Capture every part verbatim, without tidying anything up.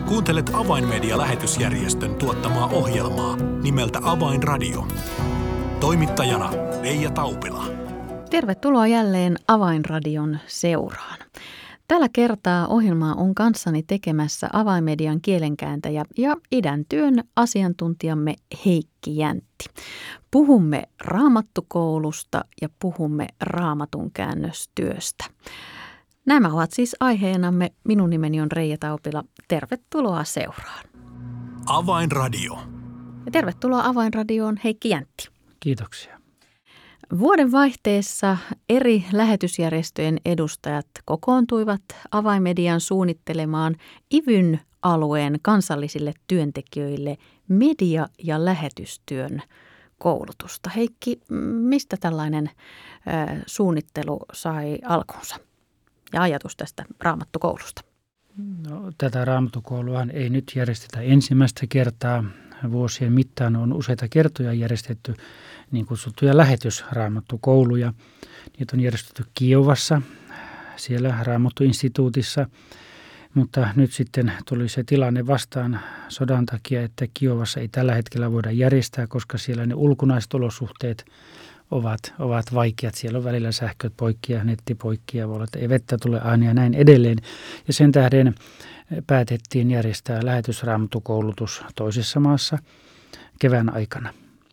Kuuntelet Avainmedia-lähetysjärjestön tuottamaa ohjelmaa nimeltä Avainradio. Toimittajana Leija Taupila. Tervetuloa jälleen Avainradion seuraan. Tällä kertaa ohjelmaa on kanssani tekemässä Avainmedian kielenkääntäjä ja idän työn asiantuntijamme Heikki Jäntti. Puhumme raamattukoulusta ja puhumme raamatun käännöstyöstä. Nämä ovat siis aiheenamme. Minun nimeni on Leija Taupila. Tervetuloa seuraan. Avainradio. Ja tervetuloa Avainradioon Heikki Jäntti. Kiitoksia. Vuoden vaihteessa eri lähetysjärjestöjen edustajat kokoontuivat Avainmedian suunnittelemaan I V Yn alueen kansallisille työntekijöille media- ja lähetystyön koulutusta. Heikki, mistä tällainen äh, suunnittelu sai alkunsa ja ajatus tästä raamattukoulusta? No, tätä raamattukoulua ei nyt järjestetä ensimmäistä kertaa. Vuosien mittaan on useita kertoja järjestetty niin kutsuttuja lähetysraamattukouluja. Niitä on järjestetty Kiovassa, siellä Raamattuinstituutissa, mutta nyt sitten tuli se tilanne vastaan sodan takia, että Kiovassa ei tällä hetkellä voida järjestää, koska siellä ne ulkonaiset olosuhteet ovat, ovat vaikeat. Siellä on välillä sähköt poikki ja netti poikki ja voi olla, että ei vettä tule aina ja näin edelleen. Ja sen tähden päätettiin järjestää lähetysraamattukoulutus toisessa maassa kevään aikana.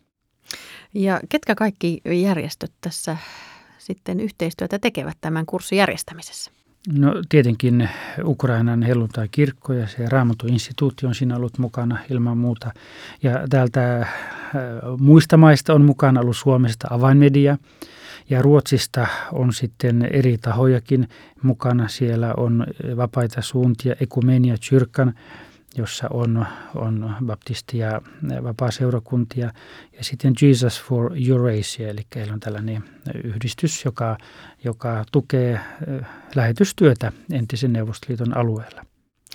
Ja ketkä kaikki järjestöt tässä sitten yhteistyötä tekevät tämän kurssin järjestämisessä? No tietenkin Ukrainan helluntai-kirkko ja se Raamattuinstituutti on siinä ollut mukana ilman muuta. Ja täältä äh, muista maista on mukana ollut Suomesta Avainmedia ja Ruotsista on sitten eri tahojakin mukana. Siellä on vapaita suuntia, Ekumenia Kyrkan, jossa on, on baptistia ja vapaaseurakuntia, ja sitten Jesus for Eurasia, eli heillä on tällainen yhdistys, joka, joka tukee lähetystyötä entisen Neuvostoliiton alueella.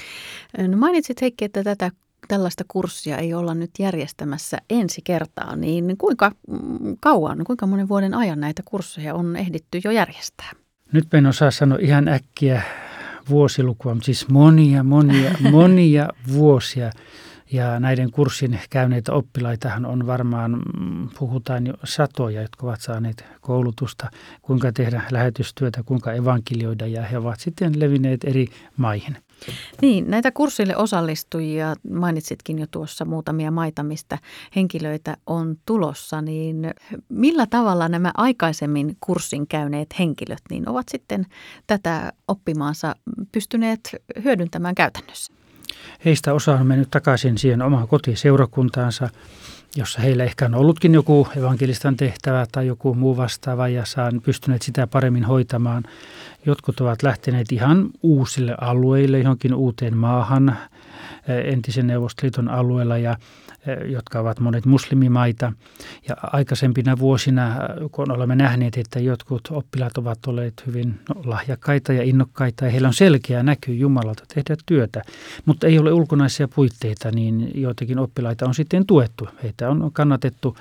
No mainitsit Heikki, että tätä tällaista kurssia ei olla nyt järjestämässä ensi kertaa, niin kuinka kauan, kuinka monen vuoden ajan näitä kursseja on ehditty jo järjestää? Nyt en osaa sanoa ihan äkkiä vuosilukua, mutta siis monia, monia, monia vuosia. Ja näiden kurssin käyneitä oppilaitahan on varmaan, puhutaan jo satoja, jotka ovat saaneet koulutusta, kuinka tehdä lähetystyötä, kuinka evankelioida, ja he ovat sitten levinneet eri maihin. Niin, näitä kurssille osallistujia, mainitsitkin jo tuossa muutamia maita, mistä henkilöitä on tulossa, niin millä tavalla nämä aikaisemmin kurssin käyneet henkilöt niin ovat sitten tätä oppimaansa pystyneet hyödyntämään käytännössä? Heistä osa on mennyt takaisin siihen omaan kotiseurakuntaansa, jossa heillä ehkä on ollutkin joku evankelistan tehtävä tai joku muu vastaava ja saan pystyneet sitä paremmin hoitamaan. Jotkut ovat lähteneet ihan uusille alueille, johonkin uuteen maahan, entisen Neuvostoliiton alueella, ja jotka ovat monet muslimimaita. Ja aikaisempina vuosina, kun olemme nähneet, että jotkut oppilaat ovat olleet hyvin no, lahjakkaita ja innokkaita, ja heillä on selkeä näky Jumalalta tehdä työtä, mutta ei ole ulkonaisia puitteita, niin joitakin oppilaita on sitten tuettu. Heitä on kannatettu,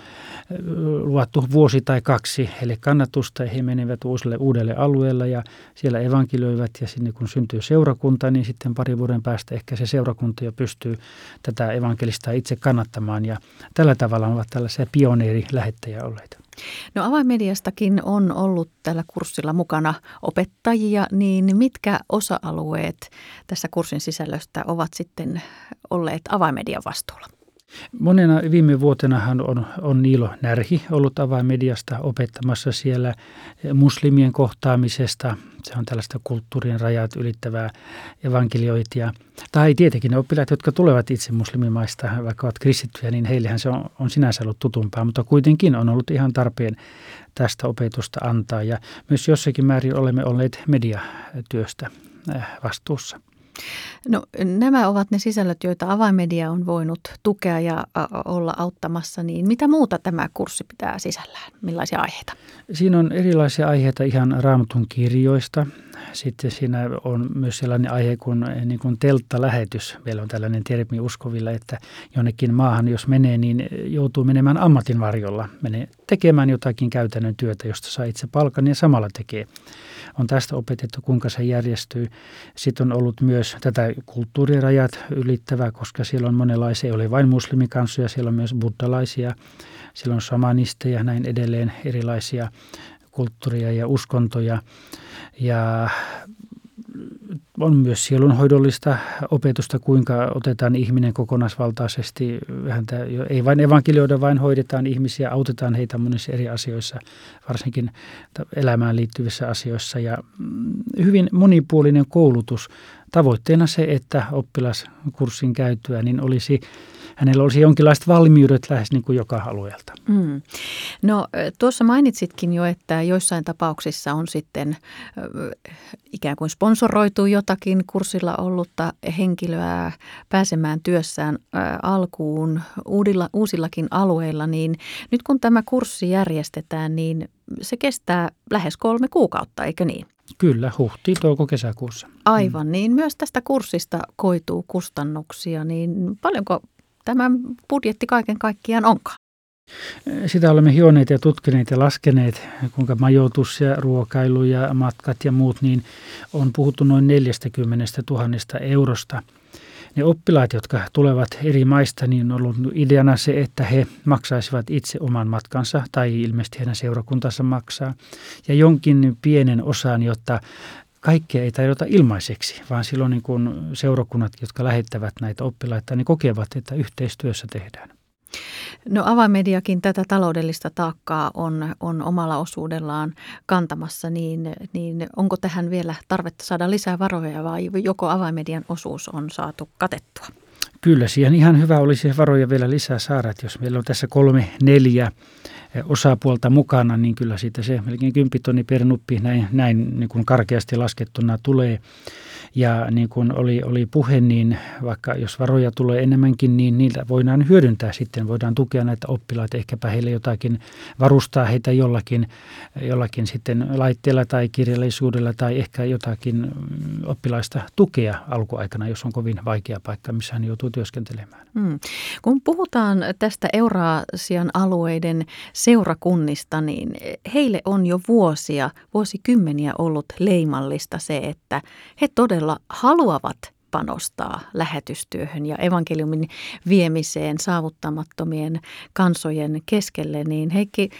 luvattu vuosi tai kaksi heille kannatusta, ja he menevät uusille uudelle alueelle, ja siellä evankelioivat, ja sinne kun syntyy seurakunta, niin sitten pari vuoden päästä ehkä se seurakunta jo pystyy tätä evankelista itse kannattamaan, ja tällä tavalla ovat tällaisia pioneerilähettäjiä olleita. No Avainmediastakin on ollut tällä kurssilla mukana opettajia, niin mitkä osa-alueet tässä kurssin sisällöstä ovat sitten olleet Avainmedian vastuulla? Monena viime vuotenahan on, on Niilo Närhi ollut Avainmediasta opettamassa siellä muslimien kohtaamisesta. Se on tällaista kulttuurin rajat ylittävää evankeliointia. Tai tietenkin ne oppilaat, jotka tulevat itse muslimimaista, vaikka ovat kristittyjä, niin heillehän se on, on sinänsä ollut tutumpaa, mutta kuitenkin on ollut ihan tarpeen tästä opetusta antaa. Ja myös jossakin määrin olemme olleet mediatyöstä vastuussa. No nämä ovat ne sisällöt, joita Avainmedia on voinut tukea ja olla auttamassa, niin mitä muuta tämä kurssi pitää sisällään? Millaisia aiheita? Siinä on erilaisia aiheita ihan Raamatun kirjoista. sitten siinä on myös sellainen aihe kuin, niin kuin telttalähetys. Meillä on tällainen termi uskovilla, että jonnekin maahan jos menee, niin joutuu menemään ammatin varjolla. Menee tekemään jotakin käytännön työtä, josta saa itse palkan ja samalla tekee. On tästä opetettu, kuinka se järjestyy. Sitten on ollut myös tätä kulttuurirajat ylittävää, koska siellä on monenlaisia, ei ole vain muslimikansoja, siellä on myös buddhalaisia, siellä on samanisteja, näin edelleen erilaisia kulttuuria ja uskontoja. Ja on myös sielunhoidollista opetusta, kuinka otetaan ihminen kokonaisvaltaisesti. Häntä ei vain evankelioida, vain hoidetaan ihmisiä, autetaan heitä monissa eri asioissa, varsinkin elämään liittyvissä asioissa. Ja hyvin monipuolinen koulutus. Tavoitteena se, että oppilas kurssin käytyä, niin olisi, hänellä olisi jonkinlaiset valmiudet lähes niin kuin joka alueelta. Mm. No tuossa mainitsitkin jo, että joissain tapauksissa on sitten äh, ikään kuin sponsoroitu jotakin kurssilla ollutta henkilöä pääsemään työssään äh, alkuun uudilla, uusillakin alueilla, niin nyt kun tämä kurssi järjestetään, niin se kestää lähes kolme kuukautta, eikö niin? Kyllä, huhti, touko, kesäkuussa. Aivan, mm. niin myös tästä kurssista koituu kustannuksia, niin paljonko tämä budjetti kaiken kaikkiaan onkaan? Sitä olemme hioneet ja tutkineet ja laskeneet, kuinka majoitus ja ruokailu ja matkat ja muut, niin on puhuttu noin neljästäkymmenestätuhannesta eurosta. Ne oppilaat, jotka tulevat eri maista, niin on ollut ideana se, että he maksaisivat itse oman matkansa tai ilmeisesti heidän seurakuntansa maksaa. Ja jonkin pienen osan, jotta kaikkea ei tarjota ilmaiseksi, vaan silloin niin kun seurakunnat, jotka lähettävät näitä oppilaita, niin kokevat, että yhteistyössä tehdään. No avainmediakin tätä taloudellista taakkaa on, on omalla osuudellaan kantamassa, niin, niin onko tähän vielä tarvetta saada lisää varoja vai joko avainmedian osuus on saatu katettua? Kyllä, siihen ihan hyvä olisi varoja vielä lisää saada, että jos meillä on tässä kolme, neljä osapuolta mukana, niin kyllä siitä se melkein kymppitonni per nuppi näin, näin niin kuin karkeasti laskettuna tulee. Ja niin kuin oli, oli puhe, niin vaikka jos varoja tulee enemmänkin, niin niitä voidaan hyödyntää sitten. Voidaan tukea näitä oppilaita, ehkäpä heille jotakin, varustaa heitä jollakin, jollakin sitten laitteella tai kirjallisuudella tai ehkä jotakin oppilaista tukea alkuaikana, jos on kovin vaikea paikka, missä hän joutuu työskentelemään. Hmm. Kun puhutaan tästä Euraasian alueiden seurakunnista, niin heille on jo vuosia, vuosikymmeniä ollut leimallista se, että he todella haluavat panostaa lähetystyöhön ja evankeliumin viemiseen saavuttamattomien kansojen keskelle, niin Heikki,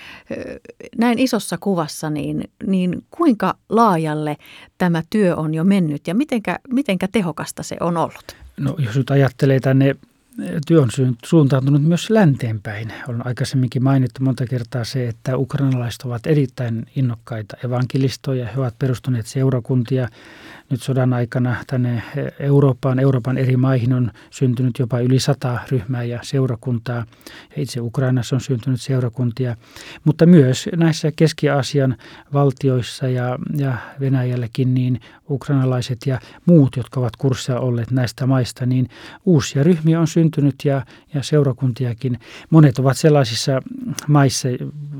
näin isossa kuvassa, niin, niin kuinka laajalle tämä työ on jo mennyt ja mitenkä, mitenkä tehokasta se on ollut? No jos nyt ajattelee tänne, työ on suuntautunut myös länteenpäin. On aikaisemminkin mainittu monta kertaa se, että ukrainalaiset ovat erittäin innokkaita evankelistoja. He ovat perustaneet seurakuntia. Nyt sodan aikana tänne Eurooppaan, Euroopan eri maihin on syntynyt jopa yli sata ryhmää ja seurakuntaa. Itse Ukrainassa on syntynyt seurakuntia, mutta myös näissä Keski-Aasian valtioissa ja, ja Venäjälläkin niin ukrainalaiset ja muut, jotka ovat kurssia olleet näistä maista, niin uusia ryhmiä on syntynyt ja, ja seurakuntiakin. Monet ovat sellaisissa maissa,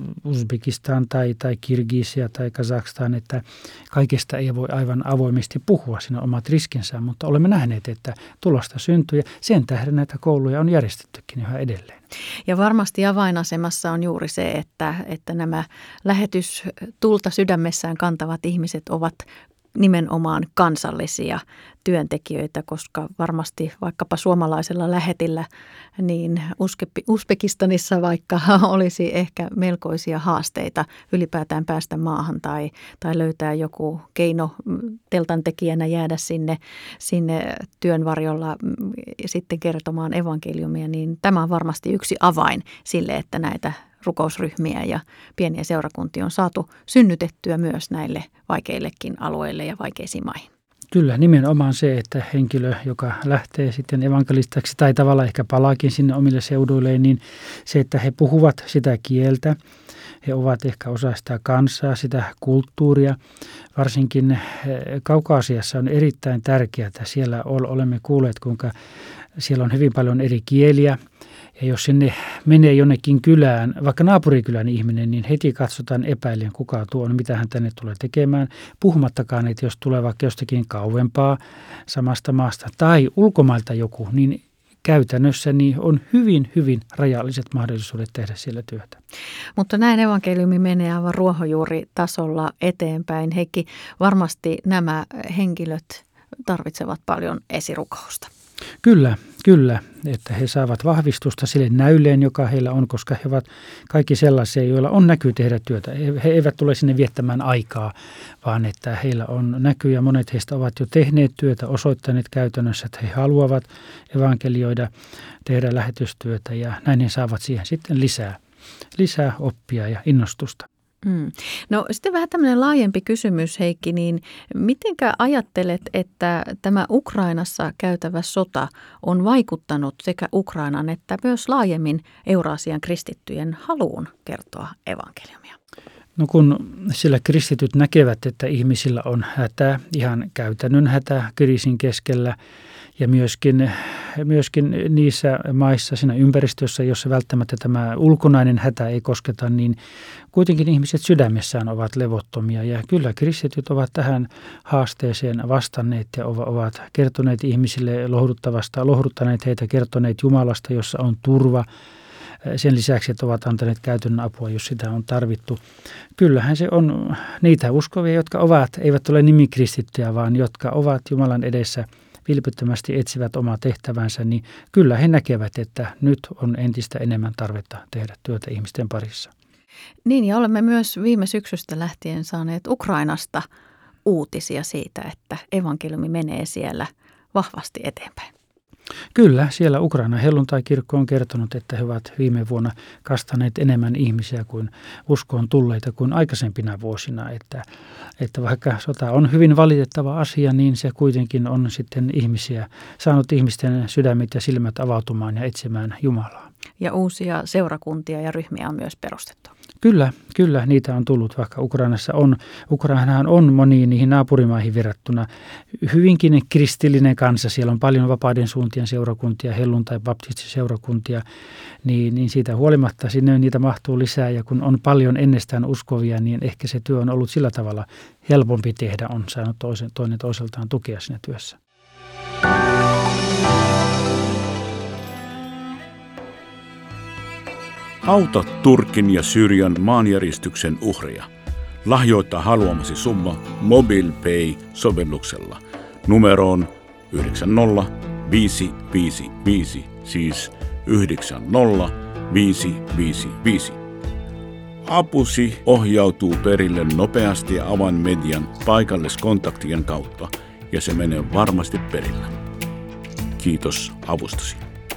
Uzbekistan tai, tai Kirgisia tai Kazakstan, että kaikesta ei voi aivan avoimesti puhua, siinä on omat riskinsä, mutta olemme nähneet, että tulosta syntyy ja sen tähden näitä kouluja on järjestettykin yhä edelleen. Ja varmasti avainasemassa on juuri se, että, että nämä lähetystulta sydämessään kantavat ihmiset ovat nimenomaan kansallisia työntekijöitä, koska varmasti vaikkapa suomalaisella lähetillä, niin Uzbekistanissa vaikka olisi ehkä melkoisia haasteita ylipäätään päästä maahan tai, tai löytää joku keino teltan tekijänä jäädä sinne, sinne työn varjolla sitten kertomaan evankeliumia, niin tämä on varmasti yksi avain sille, että näitä rukousryhmiä ja pieniä seurakuntia on saatu synnytettyä myös näille vaikeillekin alueille ja vaikeisiin maihin. Kyllä, nimenomaan se, että henkilö, joka lähtee sitten evankelistaksi tai tavallaan ehkä palaakin sinne omille seuduilleen, niin se, että he puhuvat sitä kieltä, he ovat ehkä osa sitä kansaa, sitä kulttuuria. Varsinkin Kaukaasiassa on erittäin tärkeää, että siellä olemme kuulleet, kuinka siellä on hyvin paljon eri kieliä. Ja jos sinne menee jonnekin kylään, vaikka naapurikylän ihminen, niin heti katsotaan epäillen, kuka tuo on, mitä hän tänne tulee tekemään. Puhumattakaan, että jos tulee vaikka jostakin kauempaa samasta maasta tai ulkomailta joku, niin käytännössä niin on hyvin, hyvin rajalliset mahdollisuudet tehdä siellä työtä. Mutta näin evankeliumi menee aivan ruohonjuuritasolla eteenpäin. Heikki, varmasti nämä henkilöt tarvitsevat paljon esirukousta. Kyllä, kyllä, että he saavat vahvistusta sille näyleen, joka heillä on, koska he ovat kaikki sellaisia, joilla on näky tehdä työtä. He eivät tule sinne viettämään aikaa, vaan että heillä on näky ja monet heistä ovat jo tehneet työtä, osoittaneet käytännössä, että he haluavat evankelioida, tehdä lähetystyötä ja näin he saavat siihen sitten lisää, lisää oppia ja innostusta. Mm. No sitten vähän tämmöinen laajempi kysymys, Heikki, niin mitenkä ajattelet, että tämä Ukrainassa käytävä sota on vaikuttanut sekä Ukrainan että myös laajemmin Euraasian kristittyjen haluun kertoa evankeliumia? No kun sillä kristityt näkevät, että ihmisillä on hätä, ihan käytännön hätä kriisin keskellä ja myöskin, myöskin niissä maissa, siinä ympäristössä, jossa välttämättä tämä ulkonainen hätä ei kosketa, niin kuitenkin ihmiset sydämessään ovat levottomia. Ja kyllä kristityt ovat tähän haasteeseen vastanneet ja ovat kertoneet ihmisille lohduttavasta, lohduttaneet heitä, kertoneet Jumalasta, jossa on turva. Sen lisäksi, että ovat antaneet käytännön apua, jos sitä on tarvittu. Kyllähän se on niitä uskovia, jotka ovat, eivät ole nimikristittyjä, vaan jotka ovat Jumalan edessä vilpittömästi etsivät omaa tehtävänsä, niin kyllä he näkevät, että nyt on entistä enemmän tarvetta tehdä työtä ihmisten parissa. Niin, ja olemme myös viime syksystä lähtien saaneet Ukrainasta uutisia siitä, että evankeliumi menee siellä vahvasti eteenpäin. Kyllä, siellä Ukrainan helluntai-kirkko on kertonut, että he ovat viime vuonna kastaneet enemmän ihmisiä kuin uskoon tulleita kuin aikaisempina vuosina. Että, että vaikka sota on hyvin valitettava asia, niin se kuitenkin on sitten ihmisiä, saanut ihmisten sydämet ja silmät avautumaan ja etsimään Jumalaa. Ja uusia seurakuntia ja ryhmiä on myös perustettu. Kyllä, kyllä niitä on tullut, vaikka Ukrainassa on. Ukrainahan on moniin niihin naapurimaihin verrattuna hyvinkin kristillinen kansa. Siellä on paljon vapaiden suuntien seurakuntia, helluntai baptistiseurakuntia, niin, niin siitä huolimatta sinne niitä mahtuu lisää. Ja kun on paljon ennestään uskovia, niin ehkä se työ on ollut sillä tavalla helpompi tehdä, on saanut toisen, toinen toiseltaan tukea siinä työssä. Auta Turkin ja Syyrian maanjäristyksen uhria. Lahjoita haluamasi summa MobilePay-sovelluksella numeroon yhdeksän nolla viisi viisi viisi, siis yhdeksän nolla viisi viisi viisi. Apusi ohjautuu perille nopeasti Avainmedian paikalliskontaktien kautta ja se menee varmasti perille. Kiitos avustasi.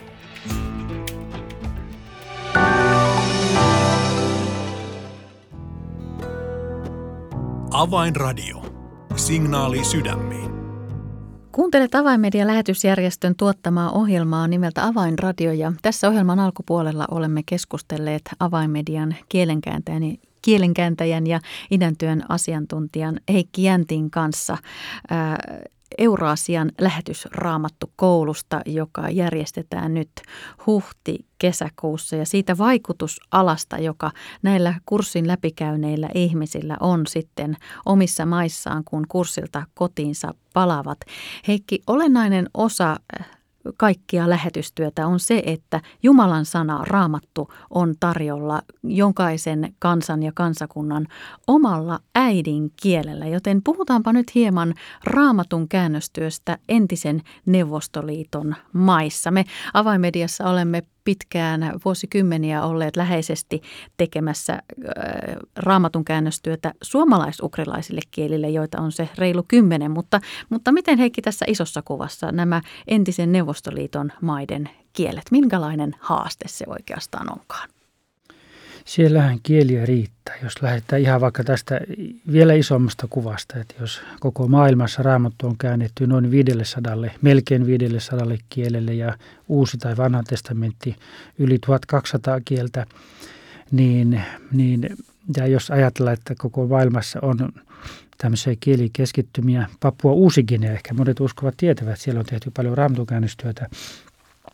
Avainradio. Signaali sydämiin. Kuuntelet Avainmedian lähetysjärjestön tuottamaa ohjelmaa nimeltä Avainradio ja tässä ohjelman alkupuolella olemme keskustelleet Avainmedian kielenkääntäjän, kielenkääntäjän ja idäntyön asiantuntijan Heikki Jäntin kanssa ää, Euraasian lähetysraamattukoulusta, joka järjestetään nyt huhti-kesäkuussa ja siitä vaikutusalasta, joka näillä kurssin läpikäyneillä ihmisillä on sitten omissa maissaan, kun kurssilta kotiinsa palaavat. Heikki, olennainen osa kaikkia lähetystyötä on se, että Jumalan sana, Raamattu, on tarjolla jokaisen kansan ja kansakunnan omalla äidinkielellä. Joten puhutaanpa nyt hieman Raamatun käännöstyöstä entisen Neuvostoliiton maissa. Me Avainmediassa olemme pitkään vuosikymmeniä olleet läheisesti tekemässä äh, Raamatun käännöstyötä suomalais-ukrilaisille kielille, joita on se reilu kymmenen. Mutta, mutta miten, Heikki, tässä isossa kuvassa nämä entisen Neuvostoliiton maiden kielet, minkälainen haaste se oikeastaan onkaan? Siellähän kieliä riittää, jos lähdetään ihan vaikka tästä vielä isommasta kuvasta, että jos koko maailmassa Raamattu on käännetty noin viisisataa, melkein viisisataa kielelle ja uusi tai vanha testamentti yli tuhatkaksisataa kieltä, niin, niin ja jos ajatellaan, että koko maailmassa on tämmöisiä kielikeskittymiä, Papua Uusi-Guinea, ehkä monet uskovat tietävät, siellä on tehty paljon Raamatun käännöstyötä,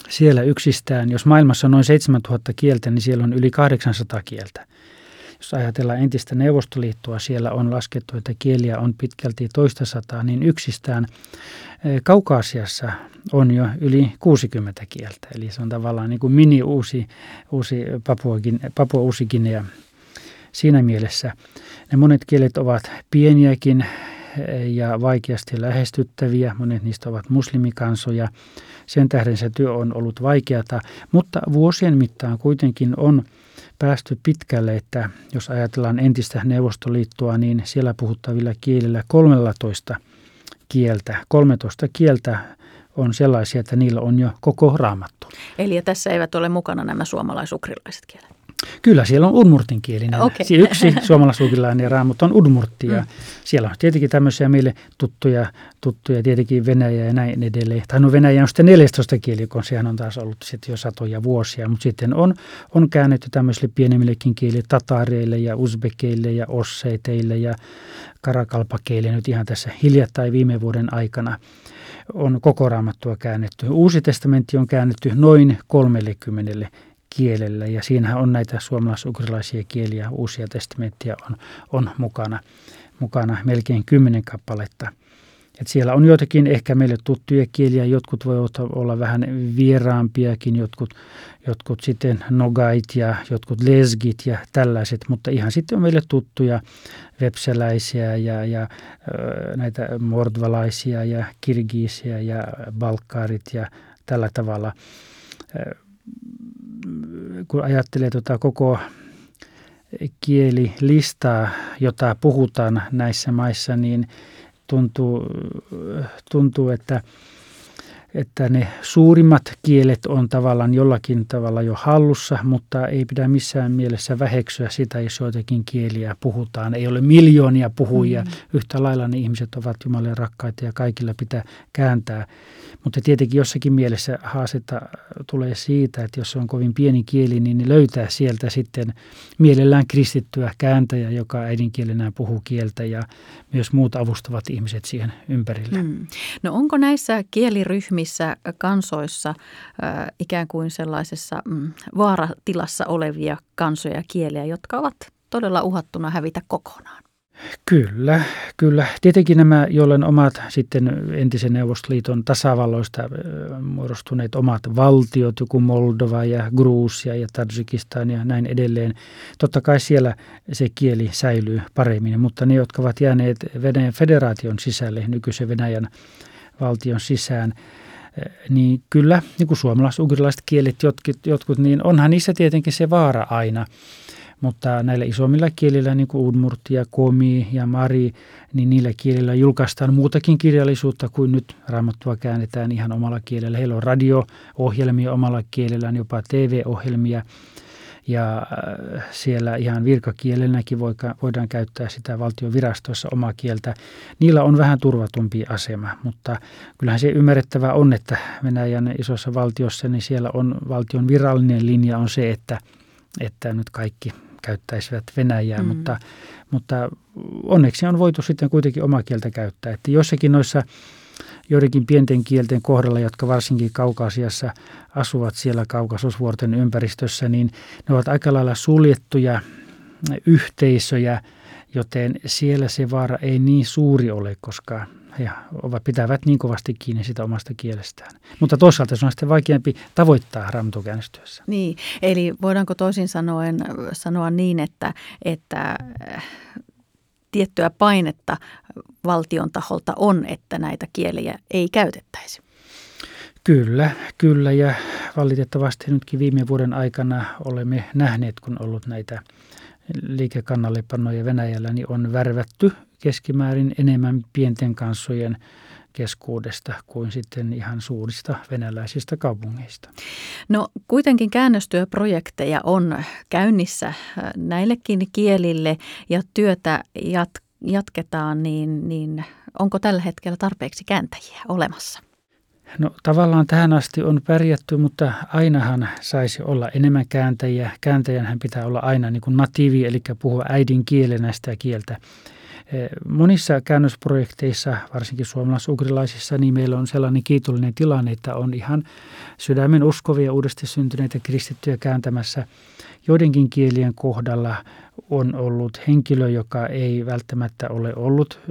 Siellä yksistään, jos maailmassa on noin seitsemäntuhatta kieltä, niin siellä on yli kahdeksansataa kieltä. Jos ajatellaan entistä Neuvostoliittoa, siellä on laskettu, että kieliä on pitkälti toista sataa, niin yksistään Kaukaasiassa on jo yli kuusikymmentä kieltä. Eli se on tavallaan niin kuin mini uusi, uusi Papua Uusi Guinea. Siinä mielessä ne monet kielet ovat pieniäkin ja vaikeasti lähestyttäviä. Monet niistä ovat muslimikansoja. Sen tähden se työ on ollut vaikeata, mutta vuosien mittaan kuitenkin on päästy pitkälle, että jos ajatellaan entistä Neuvostoliittoa, niin siellä puhuttavilla kielillä kolmetoista kieltä. kolmetoista kieltä on sellaisia, että niillä on jo koko raamattu. Eli tässä eivät ole mukana nämä suomalais-ukrilaiset kielet? Kyllä, siellä on udmurtin kielinen. Okay. Yksi suomalais-ukrilainen raamattu on udmurtti ja mm. siellä on tietenkin tämmöisiä meille tuttuja, tuttuja tietenkin Venäjä ja näin edelleen. Tai no Venäjä on sitten neljästoista kieli, kun sehän on taas ollut sitten jo satoja vuosia, mutta sitten on, on käännetty tämmöisille pienemmillekin kielille, tatareille ja uzbekeille ja osseiteille ja karakalpakeille nyt ihan tässä hiljattain viime vuoden aikana on koko raamattua käännetty. Uusi testamentti on käännetty noin kolmekymmentä kielellä ja siinähän on näitä suomalais-ukrilaisia kieliä, uusia testamentteja on, on mukana, mukana melkein kymmenen kappaletta. Et siellä on joitakin ehkä meille tuttuja kieliä, jotkut voivat olla vähän vieraampiakin, jotkut, jotkut sitten nogait ja jotkut lesgit ja tällaiset, mutta ihan sitten on meille tuttuja vepseläisiä ja, ja ö, näitä mordvalaisia ja kirgiisiä ja balkkaarit ja tällä tavalla. Kun ajattelee tuota koko kielilistaa, jota puhutaan näissä maissa, niin tuntuu, tuntuu että, että ne suurimmat kielet on tavallaan jollakin tavalla jo hallussa, mutta ei pidä missään mielessä väheksyä sitä, jos joitakin kieliä puhutaan. Ei ole miljoonia puhujia. Mm. Yhtä lailla ne ihmiset ovat Jumalan rakkaita ja kaikilla pitää kääntää. Mutta tietenkin jossakin mielessä haastetta tulee siitä, että jos on kovin pieni kieli, niin löytää sieltä sitten mielellään kristittyä kääntäjä, joka äidinkielenään puhuu kieltä ja myös muut avustavat ihmiset siihen ympärille. Hmm. No onko näissä kieliryhmissä, kansoissa äh, ikään kuin sellaisessa mm, vaaratilassa olevia kansoja ja kieliä, jotka ovat todella uhattuna hävitä kokonaan? Kyllä, kyllä. Tietenkin nämä, joilla on omat sitten entisen Neuvostoliiton tasavalloista muodostuneet omat valtiot, joku Moldova ja Gruusia ja Tadžikistan ja näin edelleen. Totta kai siellä se kieli säilyy paremmin, mutta ne, jotka ovat jääneet Venäjän federaation sisälle, nykyisen Venäjän valtion sisään, niin kyllä, niin kuin suomalais-ugrilaiset kielet jotkut, jotkut, niin onhan niissä tietenkin se vaara aina. Mutta näillä isommilla kielillä, niin kuin udmurti ja komi ja mari, niin niillä kielillä julkaistaan muutakin kirjallisuutta kuin nyt raamattua käännetään ihan omalla kielellä. Heillä on radio-ohjelmia omalla kielellään, jopa T V-ohjelmia ja siellä ihan virkakielenäkin voidaan käyttää sitä valtion virastoissa omaa kieltä. Niillä on vähän turvatumpi asema, mutta kyllähän se ymmärrettävää on, että Venäjän isossa valtiossa niin siellä on valtion virallinen linja on se, että, että nyt kaikki käyttäisivät Venäjää, mm. mutta, mutta onneksi on voitu sitten kuitenkin omaa kieltä käyttää. Että jossakin noissa joidenkin pienten kielten kohdalla, jotka varsinkin Kaukaasiassa asuvat siellä Kaukasosvuorten ympäristössä, niin ne ovat aika lailla suljettuja yhteisöjä, joten siellä se vaara ei niin suuri ole, koska he pitävät niin kovasti kiinni sitä omasta kielestään. Mutta toisaalta se on sitten vaikeampi tavoittaa raamatun käännöstyössä. Niin, eli voidaanko toisin sanoen sanoa niin, että, että tiettyä painetta valtion taholta on, että näitä kieliä ei käytettäisi? Kyllä, kyllä ja valitettavasti nytkin viime vuoden aikana olemme nähneet, kun on ollut näitä liikekannallepanoja Venäjällä, niin on värvätty keskimäärin enemmän pienten kansojen keskuudesta kuin sitten ihan suurista venäläisistä kaupungeista. No kuitenkin käännöstyöprojekteja on käynnissä näillekin kielille ja työtä jat- jatketaan, niin, niin onko tällä hetkellä tarpeeksi kääntäjiä olemassa? No tavallaan tähän asti on pärjätty, mutta ainahan saisi olla enemmän kääntäjiä. Kääntäjänhän pitää olla aina niin kuin natiivi, eli puhua äidinkielenä sitä kieltä. Monissa käännösprojekteissa, varsinkin suomalais-ugrilaisissa, niin meillä on sellainen kiitollinen tilanne, että on ihan sydämen uskovia uudesti syntyneitä kristittyjä kääntämässä. Joidenkin kielien kohdalla on ollut henkilö, joka ei välttämättä ole ollut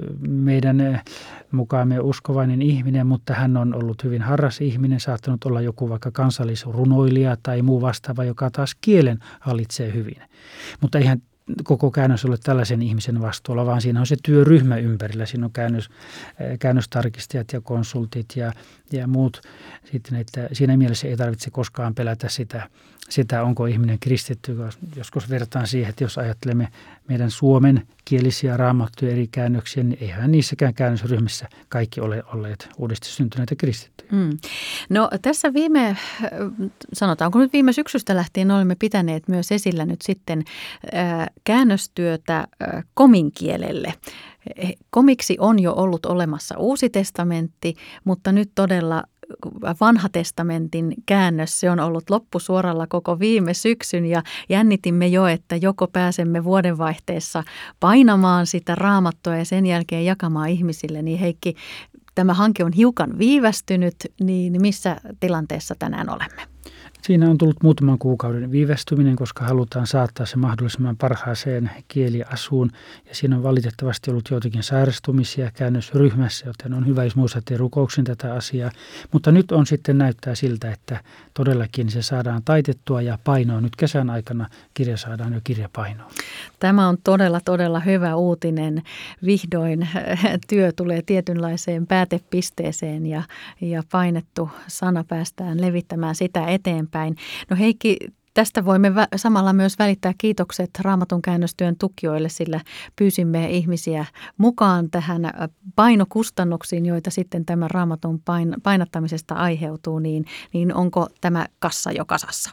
meidän mukaamme uskovainen ihminen, mutta hän on ollut hyvin harras ihminen, saattanut olla joku vaikka kansallisrunoilija tai muu vastaava, joka taas kielen hallitsee hyvin. Mutta eihän koko käännös ole tällaisen ihmisen vastuulla, vaan siinä on se työryhmä ympärillä. Siinä on käännös, käännöstarkistajat ja konsultit ja, ja muut. Sitten, että siinä mielessä ei tarvitse koskaan pelätä sitä, sitä, onko ihminen kristitty. Joskus vertaan siihen, että jos ajattelemme meidän suomen kielisiä raamattuja eri käännöksiä, niin eihän niissäkään käännösryhmissä kaikki ole olleet uudesti syntyneitä kristittyjä. Mm. No tässä viime, sanotaanko nyt viime syksystä lähtien olemme pitäneet myös esillä nyt sitten äh, käännöstyötä äh, komin kielelle. Komiksi on jo ollut olemassa Uusi testamentti, mutta nyt todella Vanha testamentin käännös, se on ollut loppusuoralla koko viime syksyn ja jännitimme jo, että joko pääsemme vuodenvaihteessa painamaan sitä raamattua ja sen jälkeen jakamaan ihmisille. Niin Heikki, tämä hanke on hiukan viivästynyt, niin missä tilanteessa tänään olemme? Siinä on tullut muutaman kuukauden viivästyminen, koska halutaan saattaa se mahdollisimman parhaaseen kieliasuun. Ja siinä on valitettavasti ollut joitakin sairastumisia käännösryhmässä, joten on hyvä, jos muistatte rukouksen tätä asiaa. Mutta nyt on sitten näyttää siltä, että todellakin se saadaan taitettua ja painoa. Nyt kesän aikana kirja saadaan jo kirjapainoon. Tämä on todella, todella hyvä uutinen. Vihdoin työ tulee tietynlaiseen päätepisteeseen ja, ja painettu sana päästään levittämään sitä eteenpäin. No Heikki, tästä voimme vä- samalla myös välittää kiitokset Raamatun käännöstyön tukijoille, sillä pyysimme ihmisiä mukaan tähän painokustannuksiin, joita sitten tämän Raamatun pain- painattamisesta aiheutuu, niin, niin onko tämä kassa jo kasassa?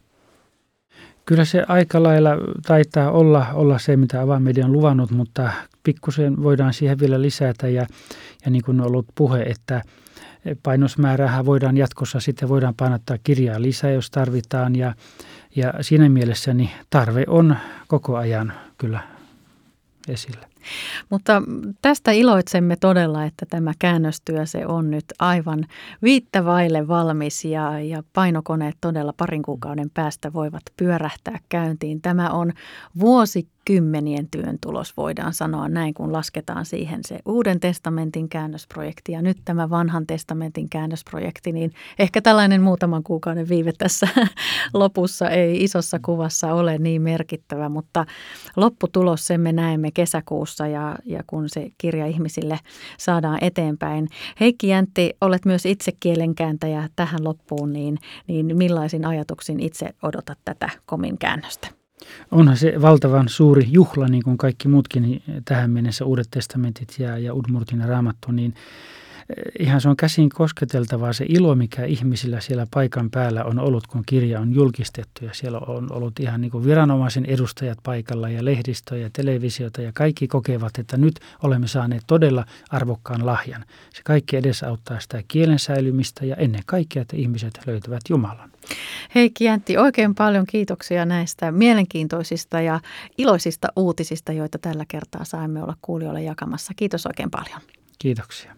Kyllä se aika lailla taitaa olla, olla se, mitä Avainmedia on luvannut, mutta pikkusen voidaan siihen vielä lisätä ja, ja niin kuin on ollut puhe, että painosmääräähän voidaan jatkossa sitten voidaan painottaa kirjaa lisää, jos tarvitaan ja, ja siinä mielessä niin tarve on koko ajan kyllä esillä. Mutta tästä iloitsemme todella, että tämä käännöstyö se on nyt aivan viittävaille valmis ja, ja painokoneet todella parin kuukauden päästä voivat pyörähtää käyntiin. Tämä on vuosikymmenien työn tulos, voidaan sanoa näin, kun lasketaan siihen se Uuden testamentin käännösprojekti ja nyt tämä Vanhan testamentin käännösprojekti, niin ehkä tällainen muutaman kuukauden viive tässä lopussa ei isossa kuvassa ole niin merkittävä, mutta lopputulos sen me näemme kesäkuussa. Ja, ja kun se kirja ihmisille saadaan eteenpäin. Heikki Jäntti, olet myös itse kielenkääntäjä tähän loppuun, niin, niin millaisin ajatuksin itse odotat tätä komin käännöstä? Onhan se valtavan suuri juhla, niin kuin kaikki muutkin tähän mennessä Uudet testamentit ja, ja Udmurtin ja Raamattu, niin ihan se on käsin kosketeltavaa se ilo, mikä ihmisillä siellä paikan päällä on ollut, kun kirja on julkistettu. Ja siellä on ollut ihan niin kuin viranomaisen edustajat paikalla ja lehdistöä ja televisiota ja kaikki kokevat, että nyt olemme saaneet todella arvokkaan lahjan. Se kaikki edesauttaa sitä kielen säilymistä ja ennen kaikkea, että ihmiset löytävät Jumalan. Heikki Jäntti, oikein paljon kiitoksia näistä mielenkiintoisista ja iloisista uutisista, joita tällä kertaa saimme olla kuulijoille jakamassa. Kiitos oikein paljon. Kiitoksia.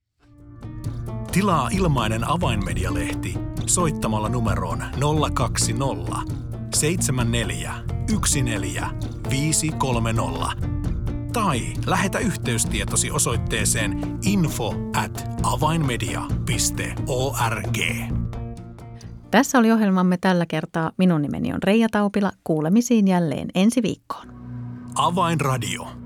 Tilaa ilmainen Avainmedia-lehti soittamalla numeroon nolla kaksi nolla seitsemän neljä yksi neljä viisi kolme nolla tai lähetä yhteystietosi osoitteeseen info at avainmedia piste org. Tässä oli ohjelmamme tällä kertaa. Minun nimeni on Reija Taupila. Kuulemisiin jälleen ensi viikkoon. Avainradio.